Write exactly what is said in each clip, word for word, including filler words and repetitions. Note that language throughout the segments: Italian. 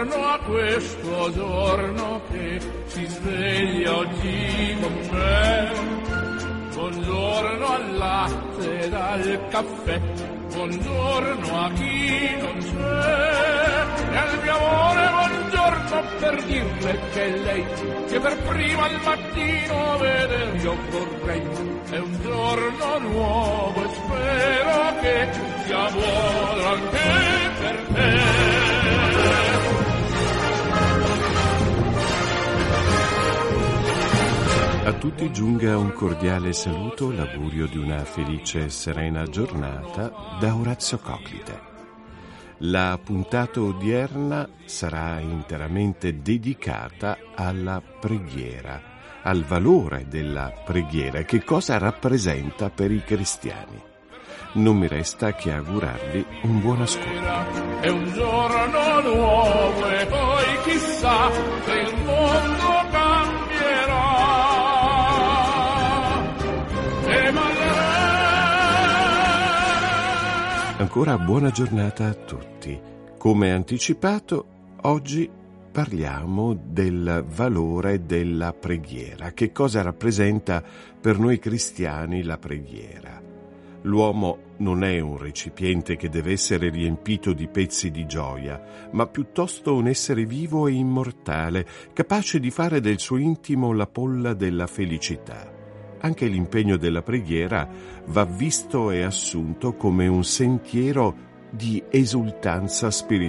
buongiorno a questo giorno che si sveglia oggi con me. Buongiorno al latte ed al caffè, buongiorno a chi non c'è. E al mio amore buongiorno per dirle che lei, che per prima al mattino vedere io vorrei. È un giorno nuovo e spero che sia buono anche per te. A tutti giunga un cordiale saluto, l'augurio di una felice e serena giornata da Orazio Coclite. La puntata odierna sarà interamente dedicata alla preghiera, al valore della preghiera e che cosa rappresenta per i cristiani. Non mi resta che augurarvi un buon ascolto. È un giorno nuovo e poi chissà se il mondo cambierà. Ancora buona giornata a tutti. Come anticipato, oggi parliamo del valore della preghiera. Che cosa rappresenta per noi cristiani la preghiera? L'uomo non è un recipiente che deve essere riempito di pezzi di gioia, ma piuttosto un essere vivo e immortale, capace di fare del suo intimo la polla della felicità. Anche l'impegno della preghiera va visto e assunto come un sentiero di esultanza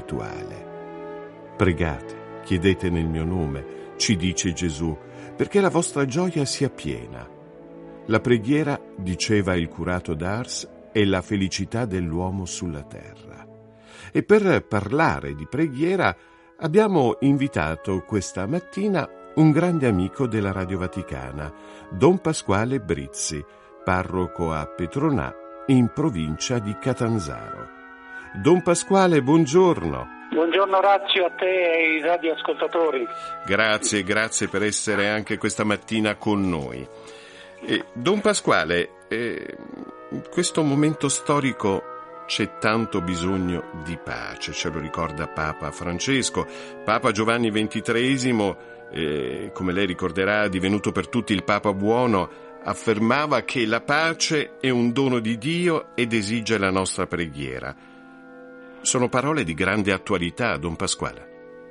spirituale. Pregate, chiedete nel mio nome, ci dice Gesù, perché la vostra gioia sia piena. La preghiera, diceva il curato d'Ars, è la felicità dell'uomo sulla terra. E per parlare di preghiera abbiamo invitato questa mattina un grande amico della Radio Vaticana, Don Pasquale Brizzi, parroco a Petronà, in provincia di Catanzaro. Don Pasquale, buongiorno. Buongiorno Orazio, a te e ai radioascoltatori. Grazie, grazie per essere anche questa mattina con noi. Eh, Don Pasquale, eh, in questo momento storico c'è tanto bisogno di pace, ce lo ricorda Papa Francesco. Papa Giovanni ventitreesimo, eh, come lei ricorderà, divenuto per tutti il Papa buono, affermava che la pace è un dono di Dio ed esige la nostra preghiera. Sono parole di grande attualità, Don Pasquale.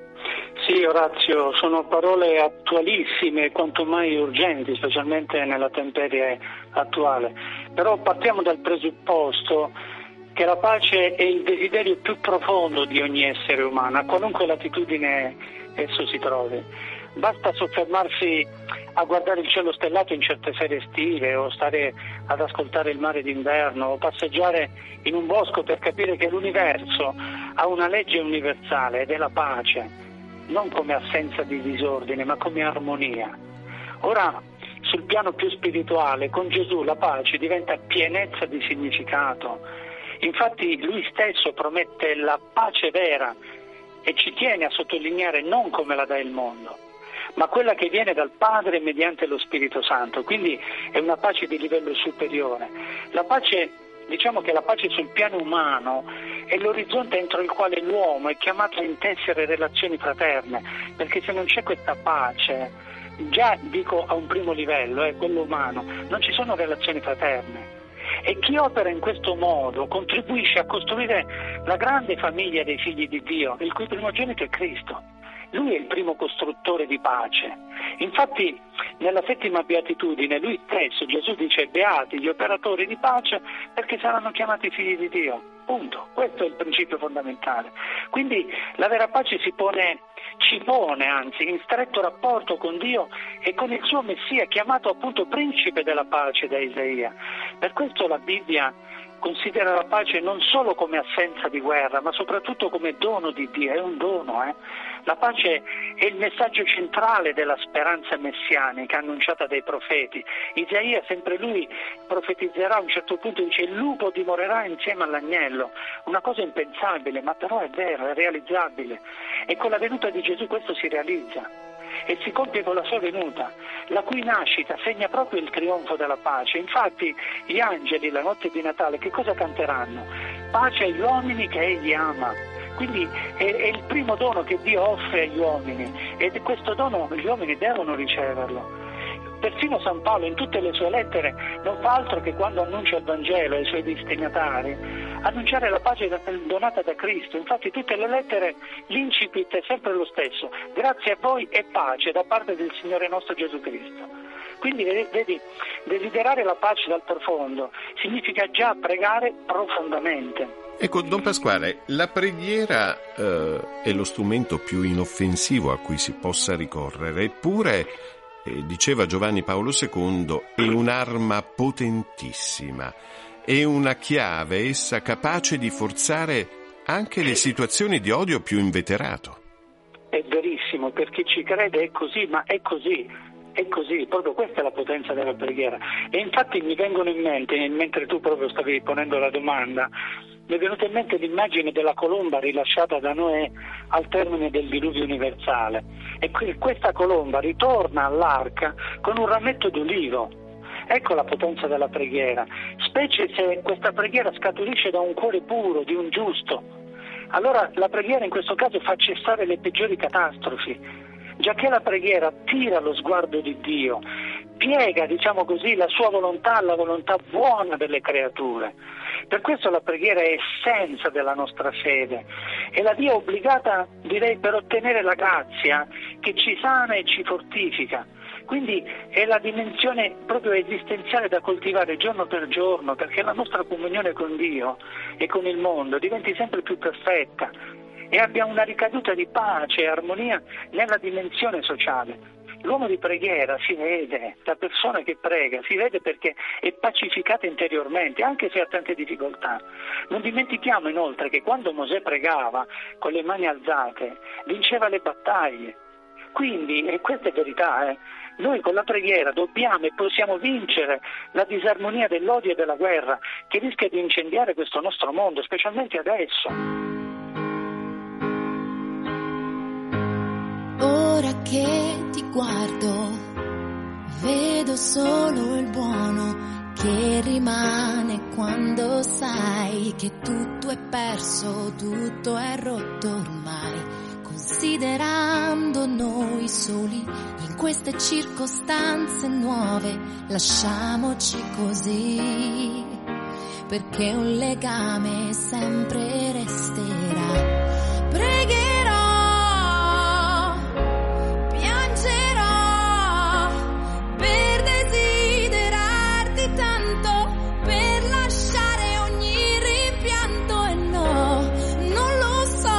Sì, Orazio, sono parole attualissime, quanto mai urgenti, specialmente nella temperie attuale. Però partiamo dal presupposto che la pace è il desiderio più profondo di ogni essere umano, a qualunque latitudine esso si trovi. Basta soffermarsi a guardare il cielo stellato in certe sere estive, o stare ad ascoltare il mare d'inverno, o passeggiare in un bosco per capire che l'universo ha una legge universale ed è la pace, non come assenza di disordine, ma come armonia. Ora, sul piano più spirituale, con Gesù la pace diventa pienezza di significato. Infatti lui stesso promette la pace vera e ci tiene a sottolineare non come la dà il mondo, ma quella che viene dal Padre mediante lo Spirito Santo. Quindi è una pace di livello superiore. La pace, diciamo che la pace sul piano umano è l'orizzonte entro il quale l'uomo è chiamato a intessere relazioni fraterne, perché se non c'è questa pace, già dico a un primo livello, è quello umano, non ci sono relazioni fraterne. E chi opera in questo modo contribuisce a costruire la grande famiglia dei figli di Dio, il cui primogenito è Cristo. Lui è il primo costruttore di pace. Infatti, nella settima beatitudine, lui stesso, Gesù dice: beati gli operatori di pace, perché saranno chiamati figli di Dio. Punto. Questo è il principio fondamentale. Quindi la vera pace si pone, ci pone anzi in stretto rapporto con Dio e con il suo Messia, chiamato appunto principe della pace da Isaia. Per questo la Bibbia considera la pace non solo come assenza di guerra, ma soprattutto come dono di Dio. È un dono, eh? La pace è il messaggio centrale della speranza messianica annunciata dai profeti. Isaia, sempre lui, profetizzerà a un certo punto, dice: il lupo dimorerà insieme all'agnello. Una cosa impensabile, ma però è vero, è realizzabile. E con la venuta di Gesù questo si realizza e si compie con la sua venuta, la cui nascita segna proprio il trionfo della pace. Infatti gli angeli la notte di Natale che cosa canteranno? Pace agli uomini che egli ama. Quindi è, è il primo dono che Dio offre agli uomini, e questo dono gli uomini devono riceverlo. Persino San Paolo in tutte le sue lettere non fa altro che, quando annuncia il Vangelo ai suoi destinatari, annunciare la pace donata da Cristo. Infatti tutte le lettere, l'incipit è sempre lo stesso: grazie a voi e pace da parte del Signore nostro Gesù Cristo. Quindi vedi, desiderare la pace dal profondo significa già pregare profondamente. Ecco, Don Pasquale, la preghiera eh, è lo strumento più inoffensivo a cui si possa ricorrere, eppure, eh, diceva Giovanni Paolo secondo, è un'arma potentissima, è una chiave, essa capace di forzare anche le situazioni di odio più inveterato. È verissimo, per chi ci crede è così, ma è così. È così, proprio questa è la potenza della preghiera. E infatti mi vengono in mente, mentre tu proprio stavi ponendo la domanda, mi è venuta in mente l'immagine della colomba rilasciata da Noè al termine del diluvio universale. E questa colomba ritorna all'arca con un rametto d'olivo. Ecco la potenza della preghiera, specie se questa preghiera scaturisce da un cuore puro, di un giusto. Allora la preghiera in questo caso fa cessare le peggiori catastrofi, giacché la preghiera attira lo sguardo di Dio, piega, diciamo così, la sua volontà alla volontà buona delle creature. Per questo la preghiera è essenza della nostra fede e la via obbligata, direi, per ottenere la grazia che ci sana e ci fortifica. Quindi è la dimensione proprio esistenziale da coltivare giorno per giorno, perché la nostra comunione con Dio e con il mondo diventi sempre più perfetta e abbia una ricaduta di pace e armonia nella dimensione sociale. L'uomo di preghiera si vede, la persona che prega si vede perché è pacificata interiormente, anche se ha tante difficoltà. Non dimentichiamo inoltre che quando Mosè pregava con le mani alzate, vinceva le battaglie. Quindi, e questa è verità, eh, noi con la preghiera dobbiamo e possiamo vincere la disarmonia dell'odio e della guerra che rischia di incendiare questo nostro mondo, specialmente adesso. Ora che ti guardo, vedo solo il buono che rimane quando sai che tutto è perso, tutto è rotto ormai. Considerando noi soli in queste circostanze nuove, lasciamoci così, perché un legame sempre resterà. Pregherò, piangerò per desiderarti tanto, per lasciare ogni rimpianto e no, non lo so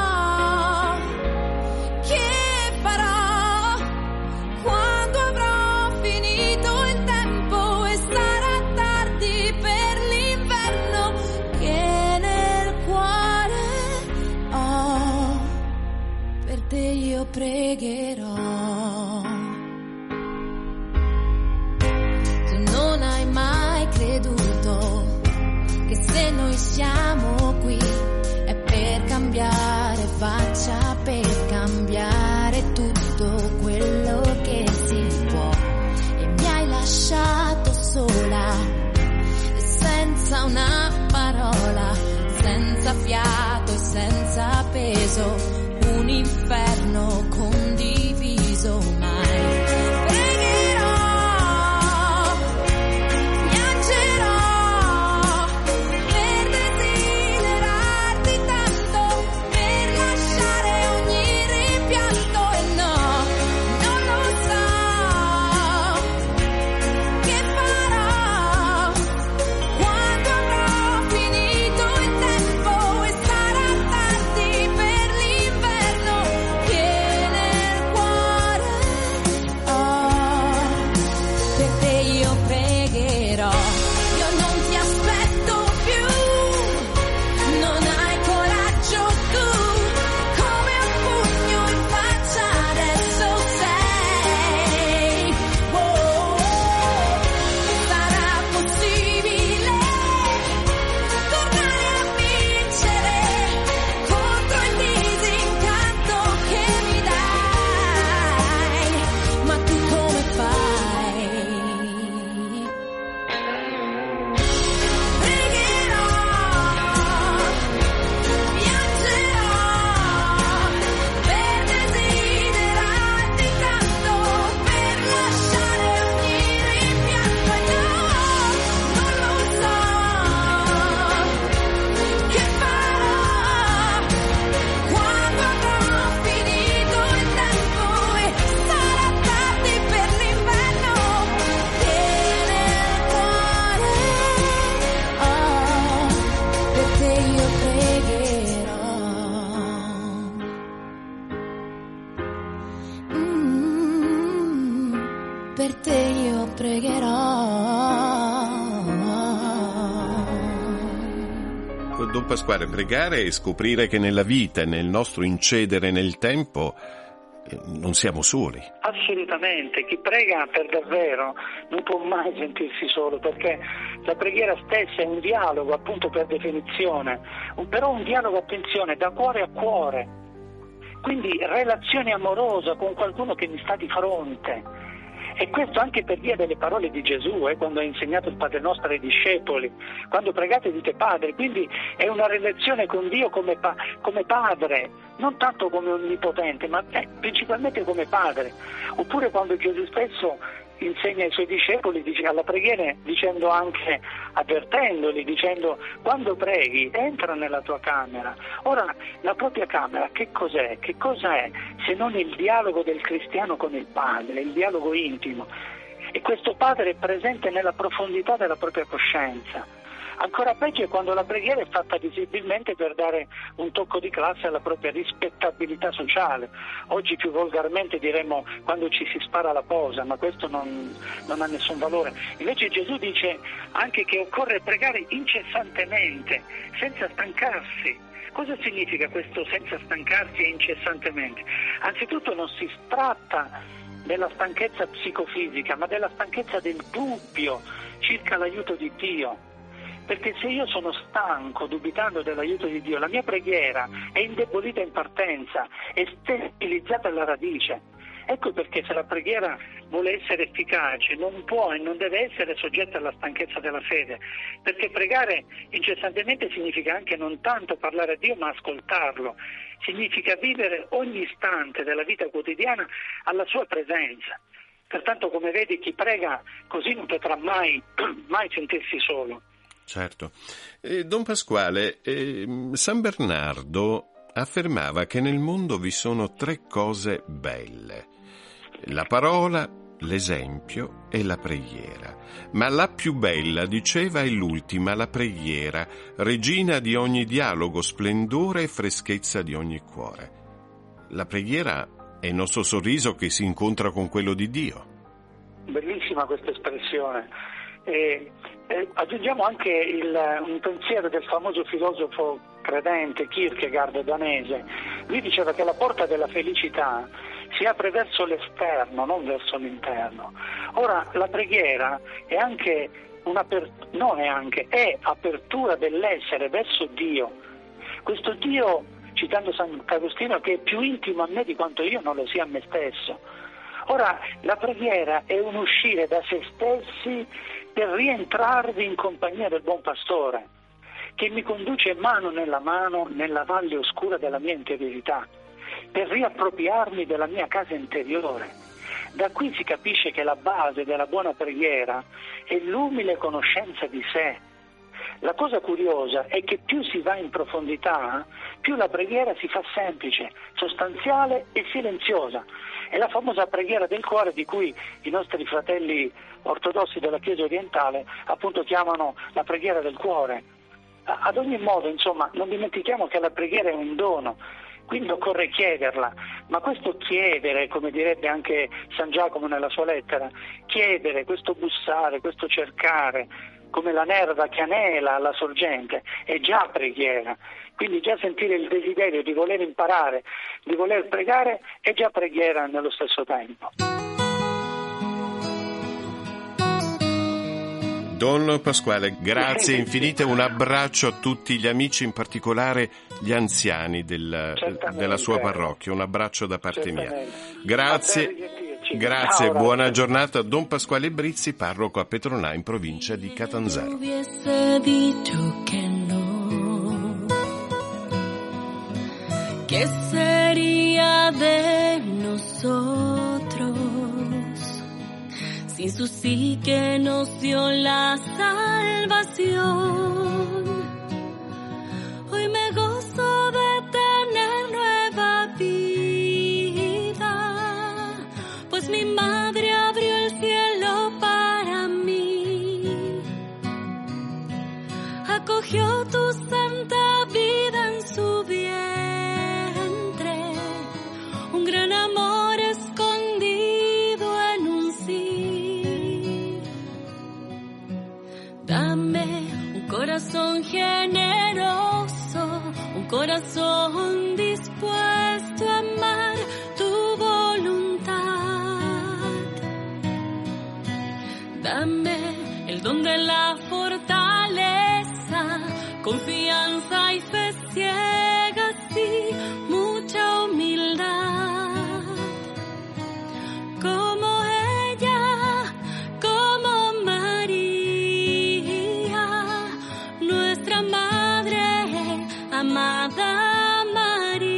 che farò quando avrò finito il tempo e sarà tardi per l'inverno che nel cuore ho. Per te io pregherò. Tu non hai mai creduto che se noi siamo qui è per cambiare faccia, per cambiare tutto quello che si può, e mi hai lasciato sola e senza una parola, senza fiato e senza peso, un inferno condiviso mai. Pregherò, piangerò per desiderarti tanto, per lasciare ogni rimpianto e no, non lo so che farò quando avrò finito il tempo e sarà tardi per l'inverno che nel cuore io pregherò. Don Pasquale, pregare e scoprire che nella vita e nel nostro incedere nel tempo eh, non siamo soli. Assolutamente, chi prega per davvero non può mai sentirsi solo, perché la preghiera stessa è un dialogo, appunto, per definizione, un, però un dialogo, attenzione, da cuore a cuore, quindi relazione amorosa con qualcuno che mi sta di fronte. E questo anche per via delle parole di Gesù, eh, quando ha insegnato il Padre Nostro ai discepoli. Quando pregate dite Padre, quindi è una relazione con Dio come, pa- come Padre, non tanto come onnipotente, ma eh, principalmente come Padre. Oppure quando Gesù stesso insegna ai suoi discepoli, dice alla preghiera, dicendo anche, avvertendoli, dicendo: quando preghi entra nella tua camera. Ora, la propria camera che cos'è? Che cosa è se non il dialogo del cristiano con il Padre, il dialogo intimo? E questo Padre è presente nella profondità della propria coscienza. Ancora peggio è quando la preghiera è fatta visibilmente per dare un tocco di classe alla propria rispettabilità sociale. Oggi più volgarmente diremmo quando ci si spara la posa, ma questo non, non ha nessun valore. Invece Gesù dice anche che occorre pregare incessantemente, senza stancarsi. Cosa significa questo senza stancarsi e incessantemente? Anzitutto non si tratta della stanchezza psicofisica, ma della stanchezza del dubbio circa l'aiuto di Dio. Perché se io sono stanco, dubitando dell'aiuto di Dio, la mia preghiera è indebolita in partenza, è sterilizzata alla radice. Ecco perché se la preghiera vuole essere efficace non può e non deve essere soggetta alla stanchezza della fede, perché pregare incessantemente significa anche non tanto parlare a Dio ma ascoltarlo, significa vivere ogni istante della vita quotidiana alla sua presenza. Pertanto, come vedi, chi prega così non potrà mai, mai sentirsi solo. Certo. Eh, Don Pasquale, eh, San Bernardo affermava che nel mondo vi sono tre cose belle: la parola, l'esempio e la preghiera. Ma la più bella, diceva, è l'ultima, la preghiera, regina di ogni dialogo, splendore e freschezza di ogni cuore. La preghiera è il nostro sorriso che si incontra con quello di Dio. Bellissima questa espressione. E, e aggiungiamo anche il, un pensiero del famoso filosofo credente Kierkegaard danese. Lui diceva che la porta della felicità si apre verso l'esterno, non verso l'interno. Ora, la preghiera è anche una non è anche, è apertura dell'essere verso Dio. Questo Dio, citando Sant'Agostino, che è più intimo a me di quanto io non lo sia a me stesso. Ora, la preghiera è un uscire da se stessi per rientrarvi in compagnia del buon pastore, che mi conduce mano nella mano nella valle oscura della mia interiorità, per riappropriarmi della mia casa interiore. Da qui si capisce che la base della buona preghiera è l'umile conoscenza di sé. La cosa curiosa è che più si va in profondità, più la preghiera si fa semplice, sostanziale e silenziosa. È la famosa preghiera del cuore di cui i nostri fratelli ortodossi della Chiesa orientale appunto chiamano la preghiera del cuore. Ad ogni modo, insomma, non dimentichiamo che la preghiera è un dono, quindi occorre chiederla, ma questo chiedere, come direbbe anche San Giacomo nella sua lettera, chiedere, questo bussare, questo cercare, come la nerva che anela alla sorgente, è già preghiera. Quindi già sentire il desiderio di voler imparare, di voler pregare, è già preghiera nello stesso tempo. Don Pasquale, grazie infinite, un abbraccio a tutti gli amici, in particolare gli anziani del, della sua parrocchia, un abbraccio da parte mia. Grazie, grazie, buona giornata. Don Pasquale Brizzi, parroco a Petronà in provincia di Catanzaro. ¿Qué sería de nosotros sin su sí que nos dio la salvación? Hoy me gozo de tener nueva vida, pues mi madre abrió el cielo para mí, acogió tu santa vida en su vientre. Un gran amor escondido en un sí. corazón generoso, un corazón dispuesto a amar tu voluntad. Dame el don de la fortaleza, confianza y fe ciegas y mucha humildad. Como ella, como María, nuestra Madre amada María.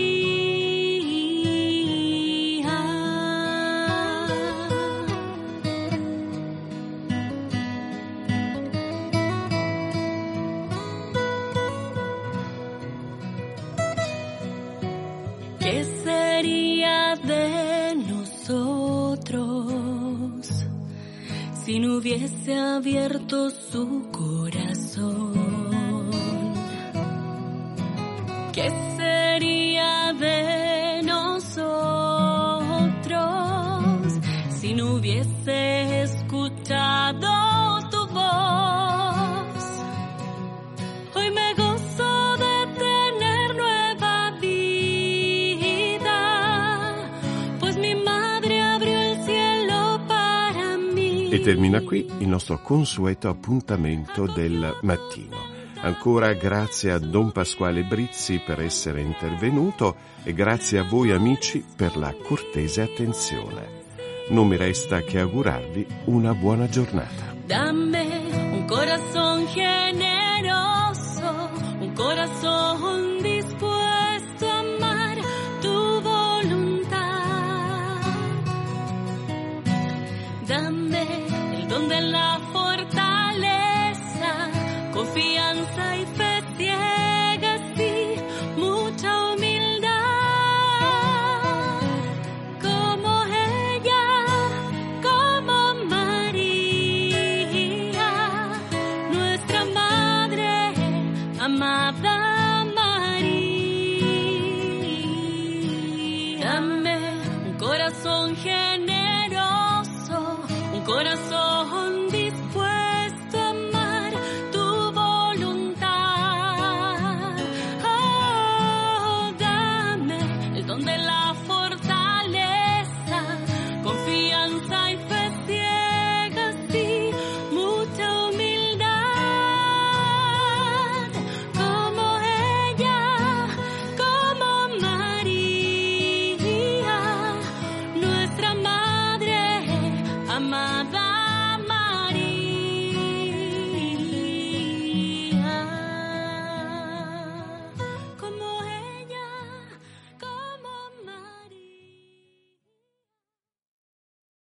¿Qué sería de nosotros si no hubiese abierto su corazón? ¿Qué sería de nosotros si no hubiese escuchado tu voz? Hoy me gozo de tener nueva vida, pues mi madre abrió il cielo para mí. E termina qui il nostro consueto appuntamento del mattino. Ancora grazie a Don Pasquale Brizzi per essere intervenuto e grazie a voi amici per la cortese attenzione. Non mi resta che augurarvi una buona giornata. Dame un corazón generoso, un corazón dispuesto a amar tu voluntad. Dame el don de la fortaleza, confianza y fe ciegas y mucha humildad. Como ella, como María, nuestra Madre amada María. Dame un corazón generoso, un corazón